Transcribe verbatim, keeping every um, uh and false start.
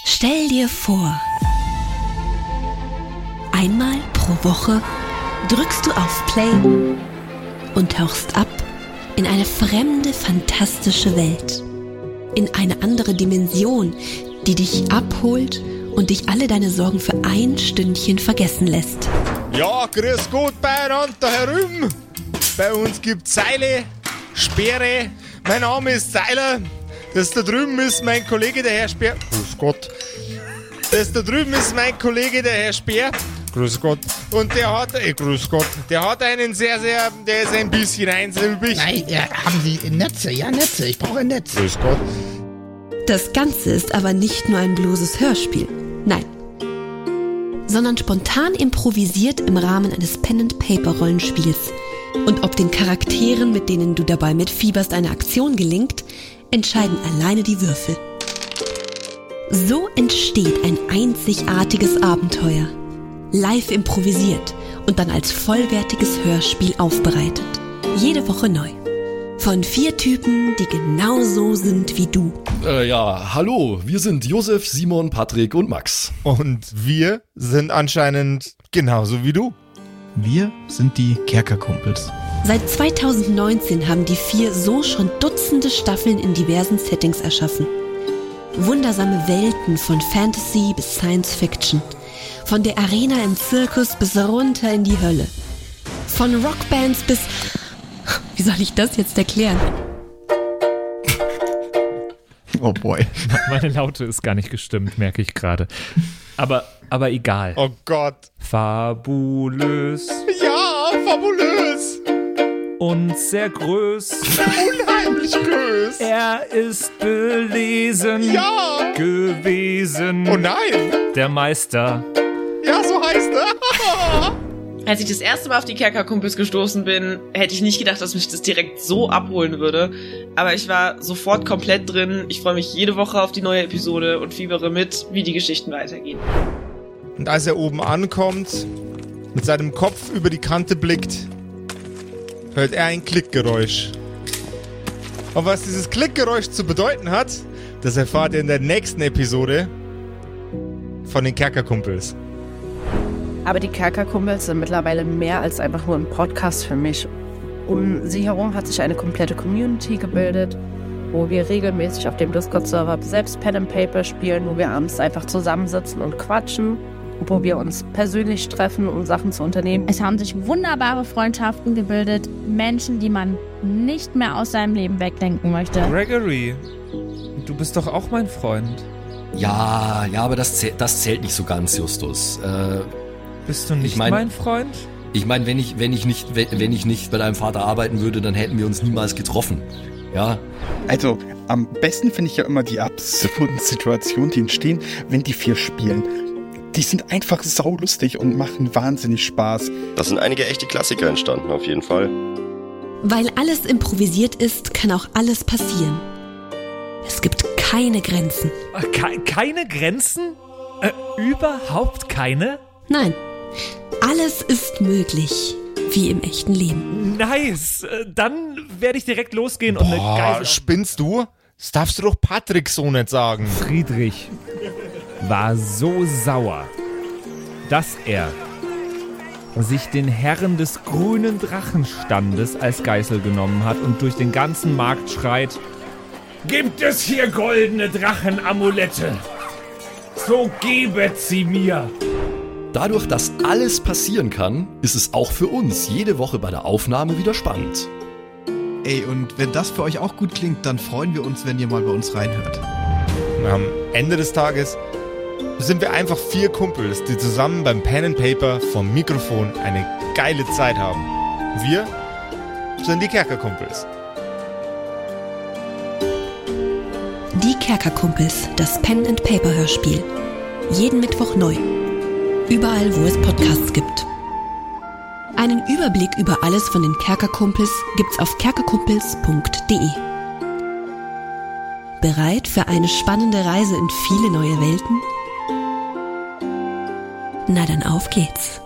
Stell dir vor, einmal pro Woche drückst du auf Play und tauchst ab in eine fremde, fantastische Welt. In eine andere Dimension, die dich abholt und dich alle deine Sorgen für ein Stündchen vergessen lässt. Ja, grüß Gott beieinander da herum. Bei uns gibt's Seile, Speere. Mein Name ist Seiler. Das da drüben ist mein Kollege, der Herr Speer. Grüß Gott. Das da drüben ist mein Kollege, der Herr Speer. Grüß Gott. Und der hat, äh, grüß Gott, der hat einen sehr, sehr, der ist ein bisschen einsilbig. Nein, ja, haben Sie Netze? Ja, Netze. Ich brauche ein Netz. Grüß Gott. Das Ganze ist aber nicht nur ein bloßes Hörspiel. Nein. Sondern spontan improvisiert im Rahmen eines Pen-and-Paper-Rollenspiels. Und ob den Charakteren, mit denen du dabei mitfieberst, eine Aktion gelingt, entscheiden alleine die Würfel. So entsteht ein einzigartiges Abenteuer. Live improvisiert und dann als vollwertiges Hörspiel aufbereitet. Jede Woche neu. Von vier Typen, die genauso sind wie du. Äh, ja, hallo, wir sind Josef, Simon, Patrick und Max. Und wir sind anscheinend genauso wie du. Wir sind die Kerkerkumpels. Seit zweitausendneunzehn haben die vier so schon Dutzende Staffeln in diversen Settings erschaffen. Wundersame Welten von Fantasy bis Science Fiction. Von der Arena im Zirkus bis runter in die Hölle. Von Rockbands bis... Wie soll ich das jetzt erklären? Oh boy. Meine Laute ist gar nicht gestimmt, merke ich gerade. Aber, aber egal. Oh Gott. Fabulös. Ja, fabulös. Und sehr groß. Unheimlich groß. Er ist belesen. Ja. Gewesen. Oh nein. Der Meister. Ja, so heißt er. Als ich das erste Mal auf die Kerkerkumpels gestoßen bin, hätte ich nicht gedacht, dass mich das direkt so abholen würde. Aber ich war sofort komplett drin. Ich freue mich jede Woche auf die neue Episode und fiebere mit, wie die Geschichten weitergehen. Und als er oben ankommt, mit seinem Kopf über die Kante blickt, hört er ein Klickgeräusch. Und was dieses Klickgeräusch zu bedeuten hat, das erfahrt ihr in der nächsten Episode von den Kerkerkumpels. Aber die Kerkerkumpels sind mittlerweile mehr als einfach nur ein Podcast für mich. Um sie herum hat sich eine komplette Community gebildet, wo wir regelmäßig auf dem Discord-Server selbst Pen and Paper spielen, wo wir abends einfach zusammensitzen und quatschen, wo wir uns persönlich treffen, um Sachen zu unternehmen. Es haben sich wunderbare Freundschaften gebildet, Menschen, die man nicht mehr aus seinem Leben wegdenken möchte. Gregory, du bist doch auch mein Freund. Ja, ja, aber das, zäh- das zählt nicht so ganz, Justus. Äh, Bist du nicht Ich mein- mein Freund? ich meine, wenn ich, wenn ich nicht, wenn wenn ich nicht bei deinem Vater arbeiten würde, dann hätten wir uns niemals getroffen. Ja, Also, am besten finde ich ja immer die absurden Situationen, die entstehen, wenn die vier spielen. Die sind einfach saulustig und machen wahnsinnig Spaß. Da sind einige echte Klassiker entstanden, auf jeden Fall. Weil alles improvisiert ist, kann auch alles passieren. Es gibt keine Grenzen. Ke- keine Grenzen? Äh, überhaupt keine? Nein, alles ist möglich, wie im echten Leben. Nice. Äh, Dann werde ich direkt losgehen und eine Boah, Geisel... spinnst du? Das darfst du doch Patrick so nicht sagen. Friedrich war so sauer, dass er sich den Herren des grünen Drachenstandes als Geißel genommen hat und durch den ganzen Markt schreit: Gibt es hier goldene Drachenamulette? So gebet sie mir. dadurch, dass alles passieren kann, ist es auch für uns jede Woche bei der Aufnahme wieder spannend. Ey, und wenn das für euch auch gut klingt, dann freuen wir uns, wenn ihr mal bei uns reinhört. Und am Ende des Tages sind wir einfach vier Kumpels, die zusammen beim Pen and Paper vom Mikrofon eine geile Zeit haben. Wir sind die Kerkerkumpels. Die Kerkerkumpels, das Pen and Paper Hörspiel. Jeden Mittwoch neu. Überall, wo es Podcasts gibt. Einen Überblick über alles von den Kerkerkumpels gibt's auf kerkerkumpels punkt de. Bereit für eine spannende Reise in viele neue Welten? Na dann auf geht's.